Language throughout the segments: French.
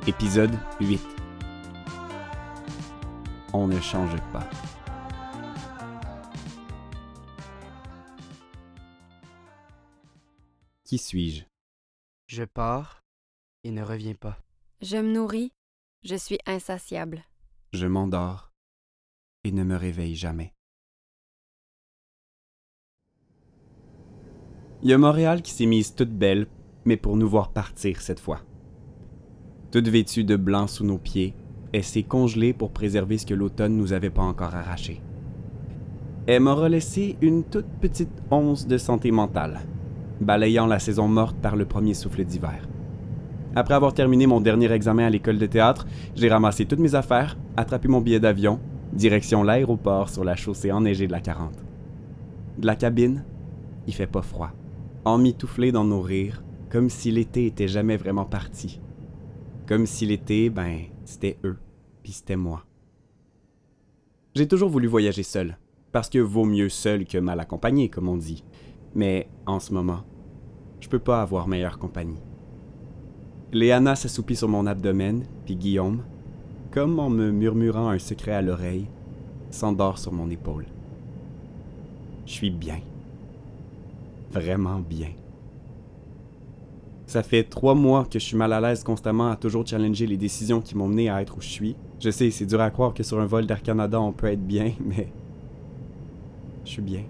Épisode 8. On ne change pas. Qui suis-je? Je pars et ne reviens pas. Je me nourris, je suis insatiable. Je m'endors et ne me réveille jamais. Il y a Montréal qui s'est mise toute belle, mais pour nous voir partir cette fois. Toute vêtue de blanc sous nos pieds, elle s'est congelée pour préserver ce que l'automne nous avait pas encore arraché. Elle m'aura laissé une toute petite once de santé mentale, balayant la saison morte par le premier souffle d'hiver. Après avoir terminé mon dernier examen à l'école de théâtre, j'ai ramassé toutes mes affaires, attrapé mon billet d'avion, direction l'aéroport sur la chaussée enneigée de la 40. De la cabine, il fait pas froid, emmitouflé dans nos rires, comme si l'été était jamais vraiment parti. Comme si l'été, c'était eux, puis c'était moi. J'ai toujours voulu voyager seul, parce que vaut mieux seul que mal accompagné, comme on dit. Mais en ce moment, je peux pas avoir meilleure compagnie. Léana s'assoupit sur mon abdomen, puis Guillaume, comme en me murmurant un secret à l'oreille, s'endort sur mon épaule. Je suis bien. Vraiment bien. Ça fait 3 mois que je suis mal à l'aise constamment à toujours challenger les décisions qui m'ont mené à être où je suis. Je sais, c'est dur à croire que sur un vol d'Air Canada, on peut être bien, mais je suis bien.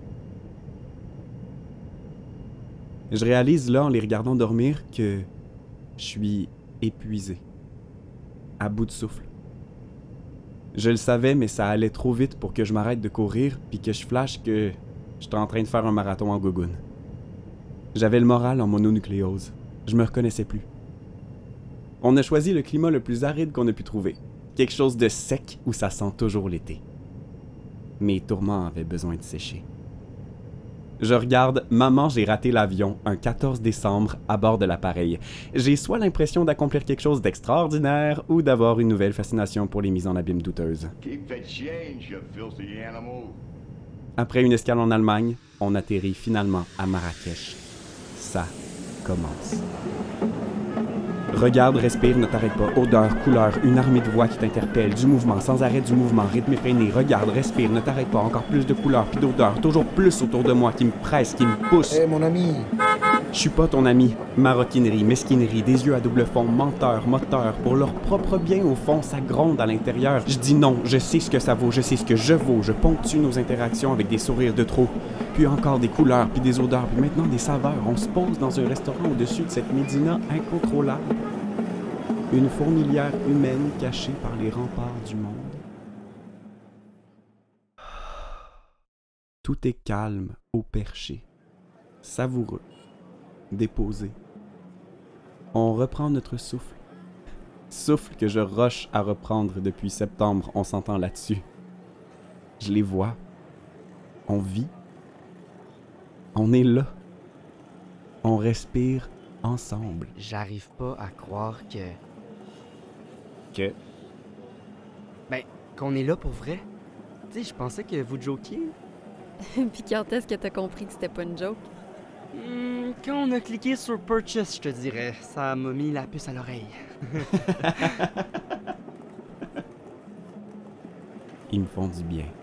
Je réalise là, en les regardant dormir, que je suis épuisé, à bout de souffle. Je le savais, mais ça allait trop vite pour que je m'arrête de courir puis que je flash que j'étais en train de faire un marathon en gougoune. J'avais le moral en mononucléose. Je me reconnaissais plus. On a choisi le climat le plus aride qu'on a pu trouver. Quelque chose de sec où ça sent toujours l'été. Mes tourments avaient besoin de sécher. Je regarde Maman, j'ai raté l'avion un 14 décembre à bord de l'appareil. J'ai soit l'impression d'accomplir quelque chose d'extraordinaire ou d'avoir une nouvelle fascination pour les mises en abîme douteuses. Keep the change, you filthy animal. Après une escale en Allemagne, on atterrit finalement à Marrakech. Ça commence. Regarde, respire, ne t'arrête pas. Odeur, couleur, une armée de voix qui t'interpelle. Du mouvement, sans arrêt du mouvement, rythme effréné. Regarde, respire, ne t'arrête pas. Encore plus de couleurs puis d'odeurs. Toujours plus autour de moi qui me presse, qui me pousse. Hé, mon ami! Je suis pas ton ami. Maroquinerie, mesquinerie, des yeux à double fond, menteur, moteur. Pour leur propre bien, au fond, ça gronde à l'intérieur. Je dis non, je sais ce que ça vaut, je sais ce que je vaux. Je ponctue nos interactions avec des sourires de trop. Puis encore des couleurs, puis des odeurs, puis maintenant des saveurs. On se pose dans un restaurant au-dessus de cette médina incontrôlable. Une fourmilière humaine cachée par les remparts du monde. Tout est calme au perché, savoureux, déposé. On reprend notre souffle. Souffle que je rush à reprendre depuis septembre, on s'entend là-dessus. Je les vois. On vit. On est là. On respire ensemble. J'arrive pas à croire que qu'on est là pour vrai. Tu sais, je pensais que vous jokiez. Puis quand est-ce que t'as compris que c'était pas une joke? Quand on a cliqué sur Purchase, je te dirais, ça m'a mis la puce à l'oreille. Ils me font du bien.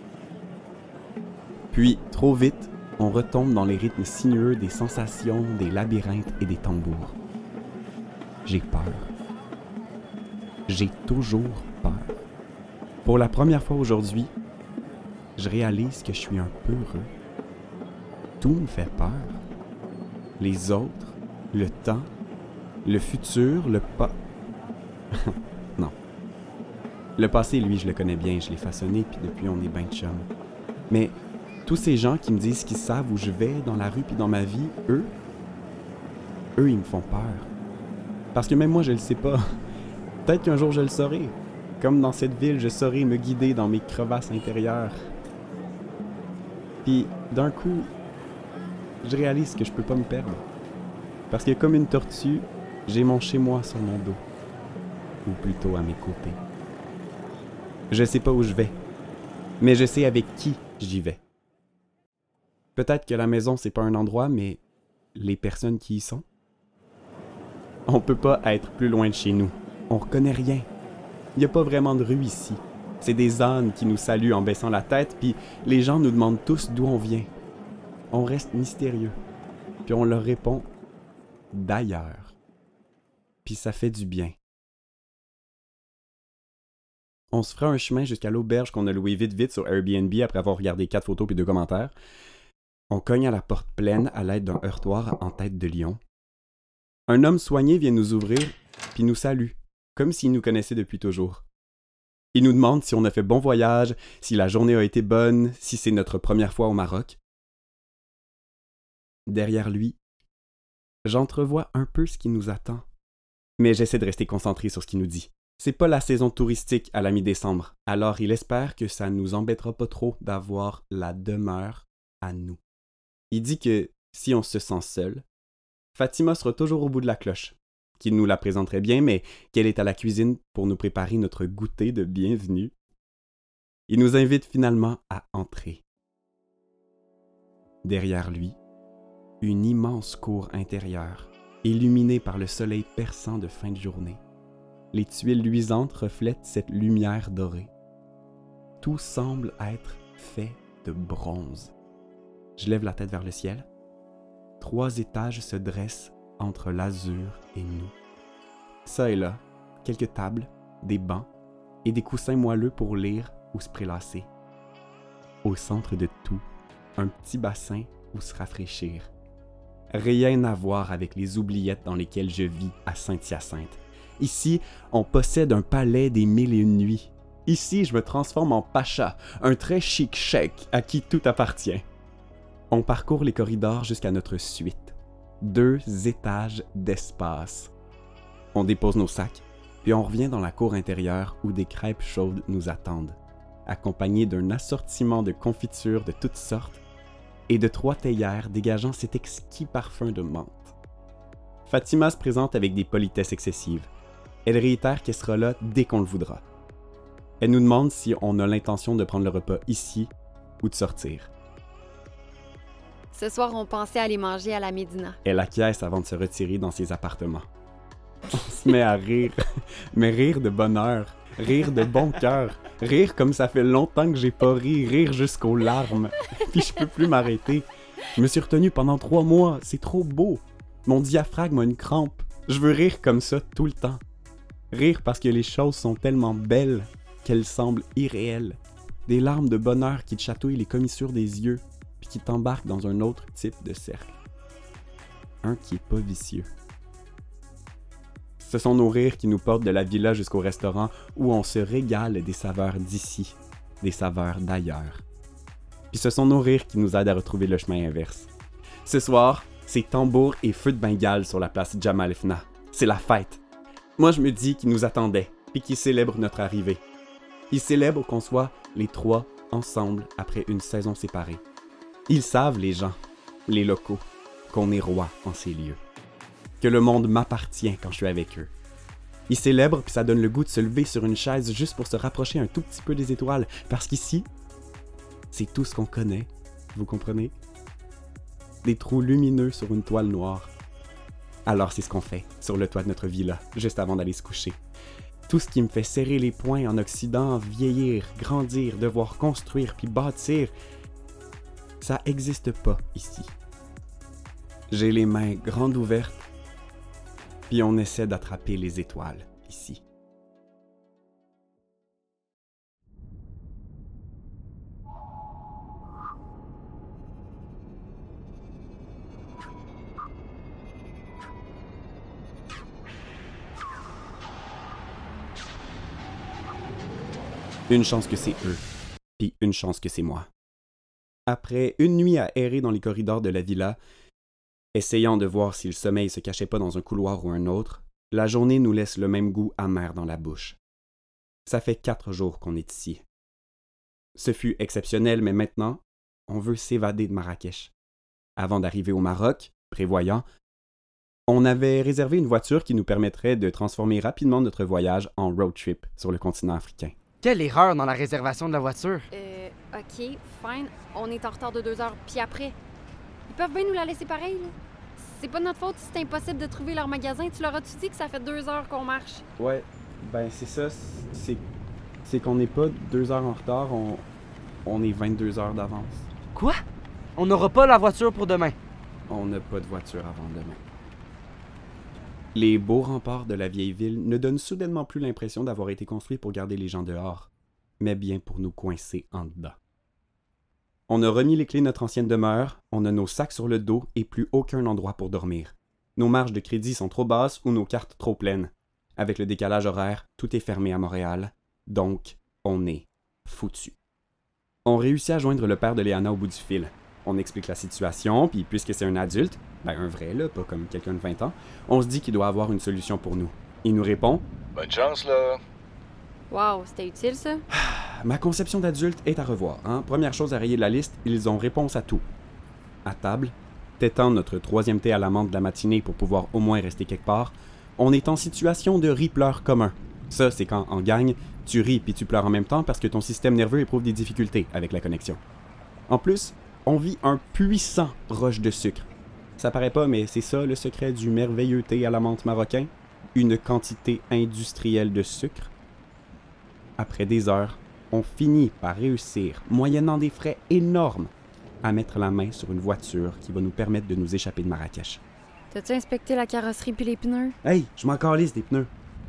Puis, trop vite, on retombe dans les rythmes sinueux des sensations, des labyrinthes et des tambours. J'ai peur. J'ai toujours peur. Pour la première fois aujourd'hui, je réalise que je suis un peu heureux. Tout me fait peur. Les autres, le temps, le futur, Non. Le passé, lui, je le connais bien, je l'ai façonné, puis depuis, on est ben de chum. Mais tous ces gens qui me disent qu'ils savent où je vais dans la rue puis dans ma vie, eux, ils me font peur. Parce que même moi, je le sais pas. Peut-être qu'un jour, je le saurai. Comme dans cette ville, je saurai me guider dans mes crevasses intérieures. Puis, d'un coup, je réalise que je peux pas me perdre. Parce que comme une tortue, j'ai mon chez-moi sur mon dos. Ou plutôt à mes côtés. Je sais pas où je vais. Mais je sais avec qui j'y vais. Peut-être que la maison, c'est pas un endroit, mais les personnes qui y sont. On peut pas être plus loin de chez nous. On reconnaît rien. Il n'y a pas vraiment de rue ici. C'est des ânes qui nous saluent en baissant la tête, puis les gens nous demandent tous d'où on vient. On reste mystérieux. Puis on leur répond d'ailleurs. Puis ça fait du bien. On se fera un chemin jusqu'à l'auberge qu'on a louée vite sur Airbnb après avoir regardé 4 photos puis 2 commentaires. On cogne à la porte pleine à l'aide d'un heurtoir en tête de lion. Un homme soigné vient nous ouvrir puis nous salue, comme s'il nous connaissait depuis toujours. Il nous demande si on a fait bon voyage, si la journée a été bonne, si c'est notre première fois au Maroc. Derrière lui, j'entrevois un peu ce qui nous attend, mais j'essaie de rester concentré sur ce qu'il nous dit. C'est pas la saison touristique à la mi-décembre, alors il espère que ça nous embêtera pas trop d'avoir la demeure à nous. Il dit que si on se sent seul, Fatima sera toujours au bout de la cloche, qu'il nous la présenterait bien, mais qu'elle est à la cuisine pour nous préparer notre goûter de bienvenue. Il nous invite finalement à entrer. Derrière lui, une immense cour intérieure, illuminée par le soleil perçant de fin de journée. Les tuiles luisantes reflètent cette lumière dorée. Tout semble être fait de bronze. Je lève la tête vers le ciel. 3 étages se dressent entre l'azur et nous. Ça et là, quelques tables, des bancs et des coussins moelleux pour lire ou se prélasser. Au centre de tout, un petit bassin où se rafraîchir. Rien à voir avec les oubliettes dans lesquelles je vis à Saint-Hyacinthe. Ici, on possède un palais des 1001 nuits. Ici, je me transforme en pacha, un très chic cheikh à qui tout appartient. On parcourt les corridors jusqu'à notre suite. 2 étages d'espace. On dépose nos sacs, puis on revient dans la cour intérieure où des crêpes chaudes nous attendent, accompagnées d'un assortiment de confitures de toutes sortes et de 3 théières dégageant cet exquis parfum de menthe. Fatima se présente avec des politesses excessives. Elle réitère qu'elle sera là dès qu'on le voudra. Elle nous demande si on a l'intention de prendre le repas ici ou de sortir. Ce soir, on pensait aller manger à la Médina. Elle acquiesce avant de se retirer dans ses appartements. On se met à rire, mais rire de bonheur, rire de bon cœur, rire comme ça fait longtemps que j'ai pas ri, rire jusqu'aux larmes. Puis je peux plus m'arrêter. Je me suis retenu pendant 3 mois, c'est trop beau. Mon diaphragme a une crampe. Je veux rire comme ça tout le temps. Rire parce que les choses sont tellement belles qu'elles semblent irréelles. Des larmes de bonheur qui te chatouillent les commissures des yeux puis qui t'embarquent dans un autre type de cercle. Un qui est pas vicieux. Ce sont nos rires qui nous portent de la villa jusqu'au restaurant où on se régale des saveurs d'ici, des saveurs d'ailleurs. Puis ce sont nos rires qui nous aident à retrouver le chemin inverse. Ce soir, c'est tambours et feux de Bengale sur la place Jamal el Fna. C'est la fête. Moi, je me dis qu'ils nous attendaient, puis qu'ils célèbrent notre arrivée. Ils célèbrent qu'on soit les 3 ensemble après une saison séparée. Ils savent, les gens, les locaux, qu'on est roi en ces lieux. Que le monde m'appartient quand je suis avec eux. Ils célèbrent, puis ça donne le goût de se lever sur une chaise juste pour se rapprocher un tout petit peu des étoiles, parce qu'ici, c'est tout ce qu'on connaît, vous comprenez? Des trous lumineux sur une toile noire. Alors c'est ce qu'on fait sur le toit de notre villa, juste avant d'aller se coucher. Tout ce qui me fait serrer les poings en Occident, vieillir, grandir, devoir construire puis bâtir, ça n'existe pas ici. J'ai les mains grandes ouvertes, puis on essaie d'attraper les étoiles ici. Une chance que c'est eux, puis une chance que c'est moi. Après une nuit à errer dans les corridors de la villa, essayant de voir si le sommeil se cachait pas dans un couloir ou un autre, la journée nous laisse le même goût amer dans la bouche. Ça fait 4 jours qu'on est ici. Ce fut exceptionnel, mais maintenant, on veut s'évader de Marrakech. Avant d'arriver au Maroc, prévoyant, on avait réservé une voiture qui nous permettrait de transformer rapidement notre voyage en road trip sur le continent africain. Quelle erreur dans la réservation de la voiture. OK, fine. On est en retard de 2 heures. Puis après, ils peuvent bien nous la laisser pareil, là. C'est pas de notre faute si c'est impossible de trouver leur magasin. Tu leur as-tu dit que ça fait 2 heures qu'on marche? Ouais, Ben, c'est ça. C'est qu'on n'est pas 2 heures en retard, on est 22 heures d'avance. Quoi? On n'aura pas la voiture pour demain. On n'a pas de voiture avant demain. Les beaux remparts de la vieille ville ne donnent soudainement plus l'impression d'avoir été construits pour garder les gens dehors, mais bien pour nous coincer en dedans. On a remis les clés de notre ancienne demeure, on a nos sacs sur le dos et plus aucun endroit pour dormir. Nos marges de crédit sont trop basses ou nos cartes trop pleines. Avec le décalage horaire, tout est fermé à Montréal, donc on est foutu. On réussit à joindre le père de Léana au bout du fil. On explique la situation, puis puisque c'est un adulte, ben un vrai là, pas comme quelqu'un de 20 ans, on se dit qu'il doit avoir une solution pour nous. Il nous répond « Bonne chance, là! » Wow, c'était utile ça? Ma conception d'adulte est à revoir. Hein? Première chose à rayer de la liste, ils ont réponse à tout. À table, tétant notre 3e thé à la menthe de la matinée pour pouvoir au moins rester quelque part, on est en situation de ris-pleurs commun. Ça, c'est quand, en gang, tu ris puis tu pleures en même temps parce que ton système nerveux éprouve des difficultés avec la connexion. En plus, on vit un puissant rush de sucre. Ça paraît pas, mais c'est ça le secret du merveilleux thé à la menthe marocain? Une quantité industrielle de sucre. Après des heures, on finit par réussir, moyennant des frais énormes, à mettre la main sur une voiture qui va nous permettre de nous échapper de Marrakech. T'as-tu inspecté la carrosserie puis les pneus? Hey, je m'en calisse des pneus.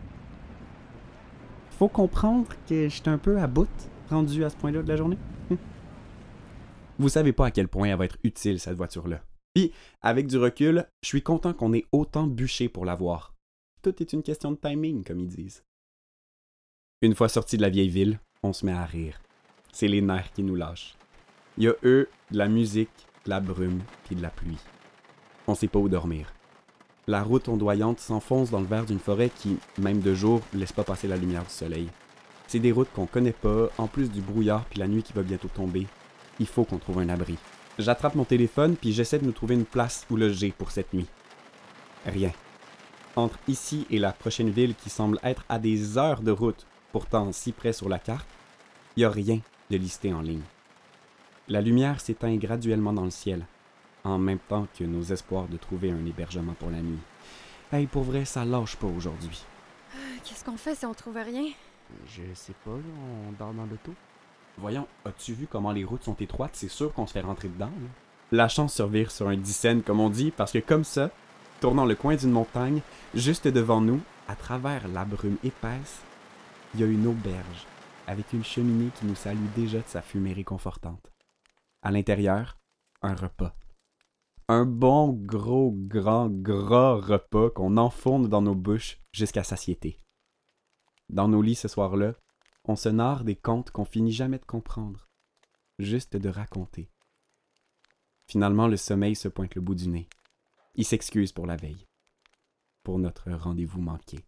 Faut comprendre que j'étais un peu à bout, rendu à ce point-là de la journée. Vous savez pas à quel point elle va être utile, cette voiture-là. Puis, avec du recul, je suis content qu'on ait autant bûché pour l'avoir. Tout est une question de timing, comme ils disent. Une fois sortis de la vieille ville, on se met à rire. C'est les nerfs qui nous lâchent. Il y a eux, de la musique, de la brume, puis de la pluie. On sait pas où dormir. La route ondoyante s'enfonce dans le verre d'une forêt qui, même de jour, laisse pas passer la lumière du soleil. C'est des routes qu'on connaît pas, en plus du brouillard puis la nuit qui va bientôt tomber. Il faut qu'on trouve un abri. J'attrape mon téléphone puis j'essaie de nous trouver une place où loger pour cette nuit. Rien. Entre ici et la prochaine ville qui semble être à des heures de route, pourtant si près sur la carte, il n'y a rien de listé en ligne. La lumière s'éteint graduellement dans le ciel, en même temps que nos espoirs de trouver un hébergement pour la nuit. Hey, pour vrai, ça lâche pas aujourd'hui. Qu'est-ce qu'on fait si on trouve rien? Je sais pas, là, on dort dans l'auto. Voyons, as-tu vu comment les routes sont étroites? C'est sûr qu'on se fait rentrer dedans, là. La chance survire sur un dixaine, comme on dit, parce que comme ça, tournant le coin d'une montagne, juste devant nous, à travers la brume épaisse, il y a une auberge, avec une cheminée qui nous salue déjà de sa fumée réconfortante. À l'intérieur, un repas. Un bon, gros, grand, gras repas qu'on enfourne dans nos bouches jusqu'à satiété. Dans nos lits ce soir-là, on se narre des contes qu'on finit jamais de comprendre, juste de raconter. Finalement, le sommeil se pointe le bout du nez. Il s'excuse pour la veille, pour notre rendez-vous manqué.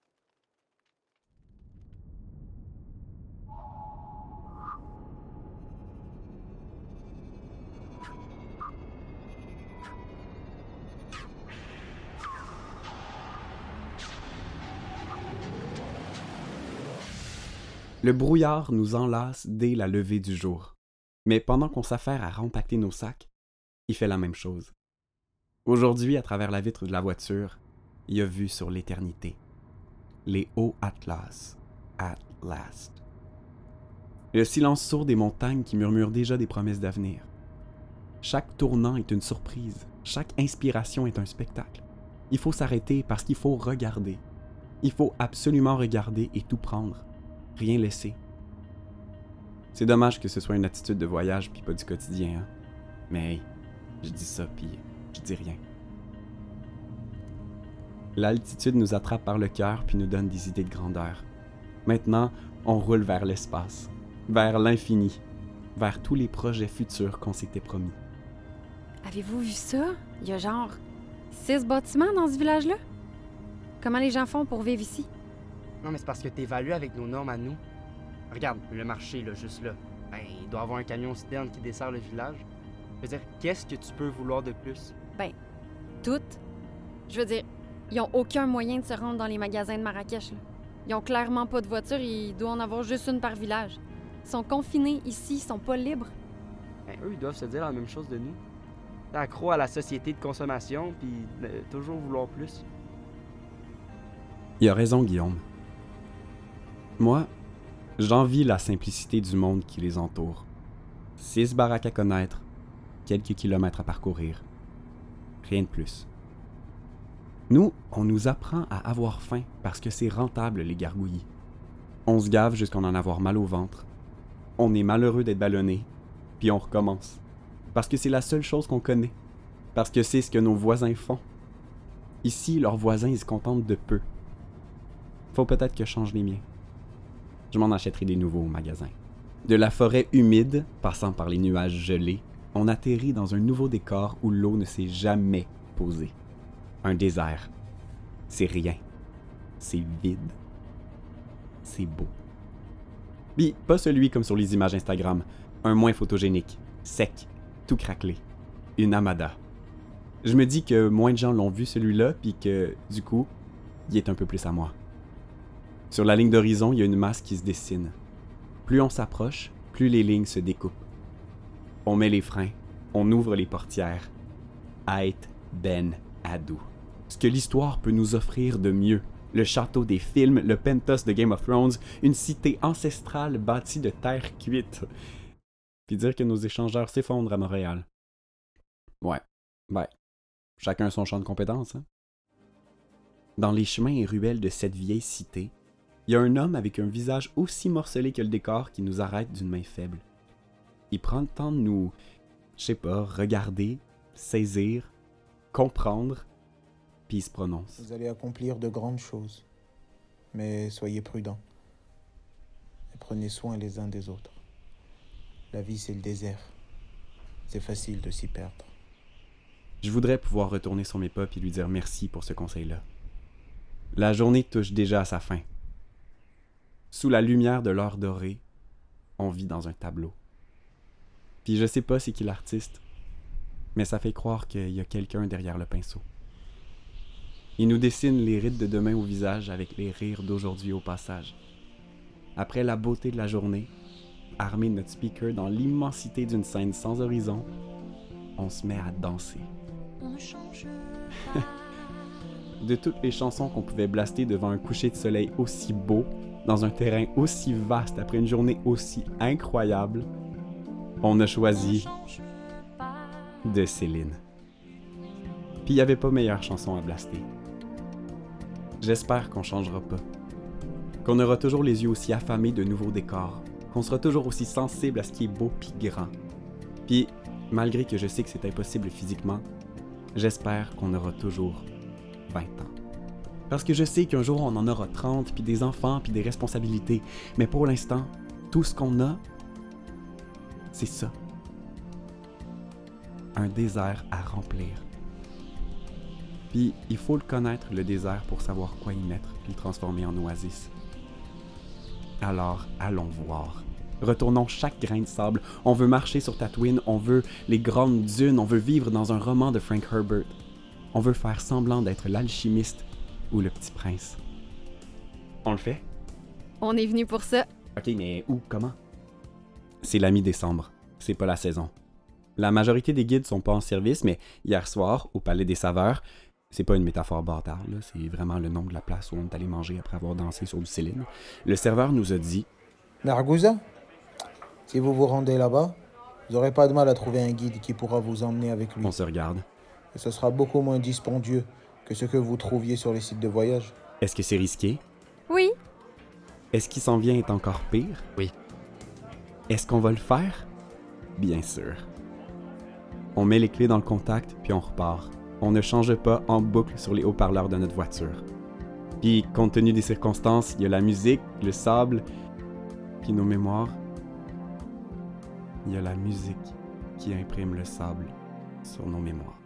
Le brouillard nous enlace dès la levée du jour. Mais pendant qu'on s'affaire à rempacter nos sacs, il fait la même chose. Aujourd'hui, à travers la vitre de la voiture, il a vu sur l'éternité. Les hauts Atlas, at last. Le silence sourd des montagnes qui murmurent déjà des promesses d'avenir. Chaque tournant est une surprise, chaque inspiration est un spectacle. Il faut s'arrêter parce qu'il faut regarder. Il faut absolument regarder et tout prendre. Rien laisser. C'est dommage que ce soit une attitude de voyage puis pas du quotidien, hein? Mais hey, je dis ça puis je dis rien. L'altitude nous attrape par le cœur puis nous donne des idées de grandeur. Maintenant, on roule vers l'espace, vers l'infini, vers tous les projets futurs qu'on s'était promis. Avez-vous vu ça? Il y a genre 6 bâtiments dans ce village-là? Comment les gens font pour vivre ici? Non, mais c'est parce que t'évalues avec nos normes à nous. Regarde, le marché, là, juste là. Ben, il doit y avoir un camion-citerne qui dessert le village. Je veux dire, qu'est-ce que tu peux vouloir de plus? Ben, toutes. Je veux dire, ils ont aucun moyen de se rendre dans les magasins de Marrakech, là. Ils ont clairement pas de voiture, il doit en avoir juste une par village. Ils sont confinés ici, ils sont pas libres. Ben, eux, ils doivent se dire la même chose de nous. T'es accro à la société de consommation, puis toujours vouloir plus. Il a raison, Guillaume. Moi, j'envie la simplicité du monde qui les entoure. 6 baraques à connaître, quelques kilomètres à parcourir. Rien de plus. Nous, on nous apprend à avoir faim parce que c'est rentable les gargouillis. On se gave jusqu'à en avoir mal au ventre. On est malheureux d'être ballonné, puis on recommence. Parce que c'est la seule chose qu'on connaît. Parce que c'est ce que nos voisins font. Ici, leurs voisins, ils se contentent de peu. Faut peut-être que je change les miens. Je m'en achèterai des nouveaux au magasin. De la forêt humide, passant par les nuages gelés, on atterrit dans un nouveau décor où l'eau ne s'est jamais posée. Un désert. C'est rien. C'est vide. C'est beau. Puis, pas celui comme sur les images Instagram. Un moins photogénique. Sec. Tout craquelé. Une amada. Je me dis que moins de gens l'ont vu celui-là, puis que, du coup, il est un peu plus à moi. Sur la ligne d'horizon, il y a une masse qui se dessine. Plus on s'approche, plus les lignes se découpent. On met les freins, on ouvre les portières. Ait Ben Adou. Ce que l'histoire peut nous offrir de mieux. Le château des films, le Pentos de Game of Thrones, une cité ancestrale bâtie de terre cuite. Puis dire que nos échangeurs s'effondrent à Montréal. Ouais, chacun son champ de compétences, hein? Dans les chemins et ruelles de cette vieille cité, il y a un homme avec un visage aussi morcelé que le décor qui nous arrête d'une main faible. Il prend le temps de nous, regarder, saisir, comprendre, puis il se prononce. Vous allez accomplir de grandes choses, mais soyez prudents. Et prenez soin les uns des autres. La vie, c'est le désert. C'est facile de s'y perdre. Je voudrais pouvoir retourner sur mes pas et lui dire merci pour ce conseil-là. La journée touche déjà à sa fin. Sous la lumière de l'heure dorée, on vit dans un tableau. Puis je sais pas c'est qui l'artiste, mais ça fait croire qu'il y a quelqu'un derrière le pinceau. Il nous dessine les rides de demain au visage avec les rires d'aujourd'hui au passage. Après la beauté de la journée, armé de notre speaker dans l'immensité d'une scène sans horizon, on se met à danser. De toutes les chansons qu'on pouvait blaster devant un coucher de soleil aussi beau, dans un terrain aussi vaste après une journée aussi incroyable, on a choisi de Céline. Puis il n'y avait pas meilleure chanson à blaster. J'espère qu'on changera pas. Qu'on aura toujours les yeux aussi affamés de nouveaux décors. Qu'on sera toujours aussi sensible à ce qui est beau pis grand. Puis, malgré que je sais que c'est impossible physiquement, j'espère qu'on aura toujours 20 ans. Parce que je sais qu'un jour on en aura 30, puis des enfants, puis des responsabilités. Mais pour l'instant, tout ce qu'on a, c'est ça. Un désert à remplir. Puis il faut le connaître, le désert, pour savoir quoi y mettre, puis le transformer en oasis. Alors, allons voir. Retournons chaque grain de sable. On veut marcher sur Tatooine, on veut les grandes dunes, on veut vivre dans un roman de Frank Herbert. On veut faire semblant d'être l'alchimiste ou le petit prince. On le fait? On est venu pour ça. Ok, mais où? Comment? C'est la mi-décembre. C'est pas la saison. La majorité des guides sont pas en service, mais hier soir, au Palais des Saveurs, c'est pas une métaphore bâtarde, là, c'est vraiment le nom de la place où on est allé manger après avoir dansé sur du Céline. Le serveur nous a dit... Nargouza, si vous vous rendez là-bas, vous n'aurez pas de mal à trouver un guide qui pourra vous emmener avec lui. On se regarde. Et ce sera beaucoup moins dispendieux que ce que vous trouviez sur les sites de voyage. Est-ce que c'est risqué? Oui. Est-ce qu'il s'en vient être encore pire? Oui. Est-ce qu'on va le faire? Bien sûr. On met les clés dans le contact, puis on repart. On ne change pas en boucle sur les haut-parleurs de notre voiture. Puis, compte tenu des circonstances, il y a la musique, le sable, puis nos mémoires. Il y a la musique qui imprime le sable sur nos mémoires.